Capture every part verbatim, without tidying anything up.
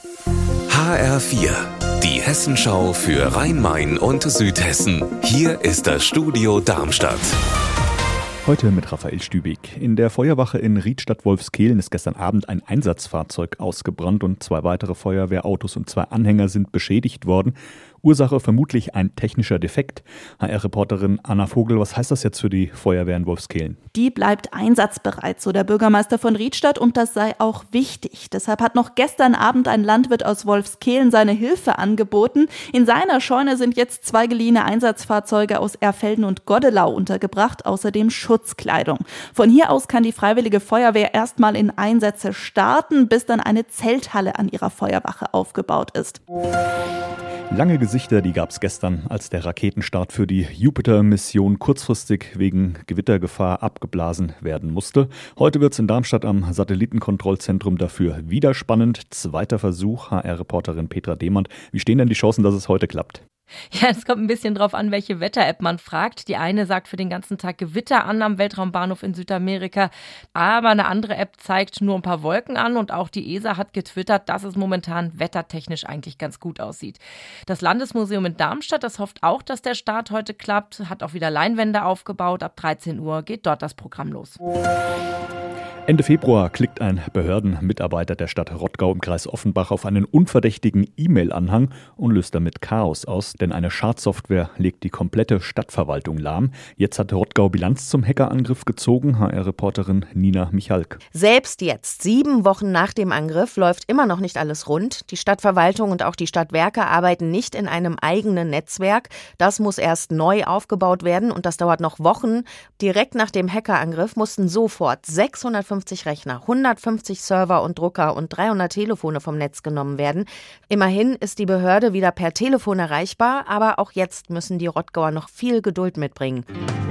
H R vier, die Hessenschau für Rhein-Main und Südhessen. Hier ist das Studio Darmstadt. Heute mit Raphael Stübig. In der Feuerwache in Riedstadt-Wolfskehlen ist gestern Abend ein Einsatzfahrzeug ausgebrannt und zwei weitere Feuerwehrautos und zwei Anhänger sind beschädigt worden. Ursache vermutlich ein technischer Defekt. H R-Reporterin Anna Vogel, was heißt das jetzt für die Feuerwehr in Wolfskehlen? Die bleibt einsatzbereit, so der Bürgermeister von Riedstadt, und das sei auch wichtig. Deshalb hat noch gestern Abend ein Landwirt aus Wolfskehlen seine Hilfe angeboten. In seiner Scheune sind jetzt zwei geliehene Einsatzfahrzeuge aus Erfelden und Goddelau untergebracht, außerdem Schutzkleidung. Von hier aus kann die Freiwillige Feuerwehr erstmal in Einsätze starten, bis dann eine Zelthalle an ihrer Feuerwache aufgebaut ist. Lange Gesichter, die gab es gestern, als der Raketenstart für die Jupiter-Mission kurzfristig wegen Gewittergefahr abgeblasen werden musste. Heute wird es in Darmstadt am Satellitenkontrollzentrum dafür wieder spannend. Zweiter Versuch, H R-Reporterin Petra Demand. Wie stehen denn die Chancen, dass es heute klappt? Ja, es kommt ein bisschen drauf an, welche Wetter-App man fragt. Die eine sagt für den ganzen Tag Gewitter an am Weltraumbahnhof in Südamerika, aber eine andere App zeigt nur ein paar Wolken an und auch die E S A hat getwittert, dass es momentan wettertechnisch eigentlich ganz gut aussieht. Das Landesmuseum in Darmstadt, das hofft auch, dass der Start heute klappt, hat auch wieder Leinwände aufgebaut. Ab dreizehn Uhr geht dort das Programm los. Ende Februar klickt ein Behördenmitarbeiter der Stadt Rottgau im Kreis Offenbach auf einen unverdächtigen E-Mail-Anhang und löst damit Chaos aus, denn eine Schadsoftware legt die komplette Stadtverwaltung lahm. Jetzt hat Rottgau Bilanz zum Hackerangriff gezogen, H R-Reporterin Nina Michalk. Selbst jetzt, sieben Wochen nach dem Angriff, läuft immer noch nicht alles rund. Die Stadtverwaltung und auch die Stadtwerke arbeiten nicht in einem eigenen Netzwerk. Das muss erst neu aufgebaut werden und das dauert noch Wochen. Direkt nach dem Hackerangriff mussten sofort sechshundertfünfzig Rechner, hundertfünfzig Server und Drucker und dreihundert Telefone vom Netz genommen werden. Immerhin ist die Behörde wieder per Telefon erreichbar, aber auch jetzt müssen die Rottgauer noch viel Geduld mitbringen.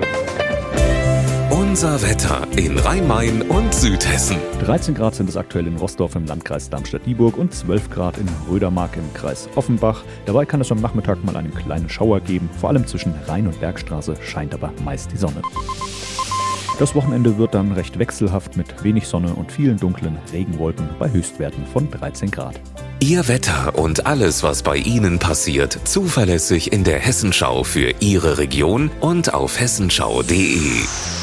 Unser Wetter in Rhein-Main und Südhessen. dreizehn Grad sind es aktuell in Roßdorf im Landkreis Darmstadt-Dieburg und zwölf Grad in Rödermark im Kreis Offenbach. Dabei kann es am Nachmittag mal einen kleinen Schauer geben. Vor allem zwischen Rhein- und Bergstraße scheint aber meist die Sonne. Das Wochenende wird dann recht wechselhaft mit wenig Sonne und vielen dunklen Regenwolken bei Höchstwerten von dreizehn Grad. Ihr Wetter und alles, was bei Ihnen passiert, zuverlässig in der Hessenschau für Ihre Region und auf hessenschau punkt de.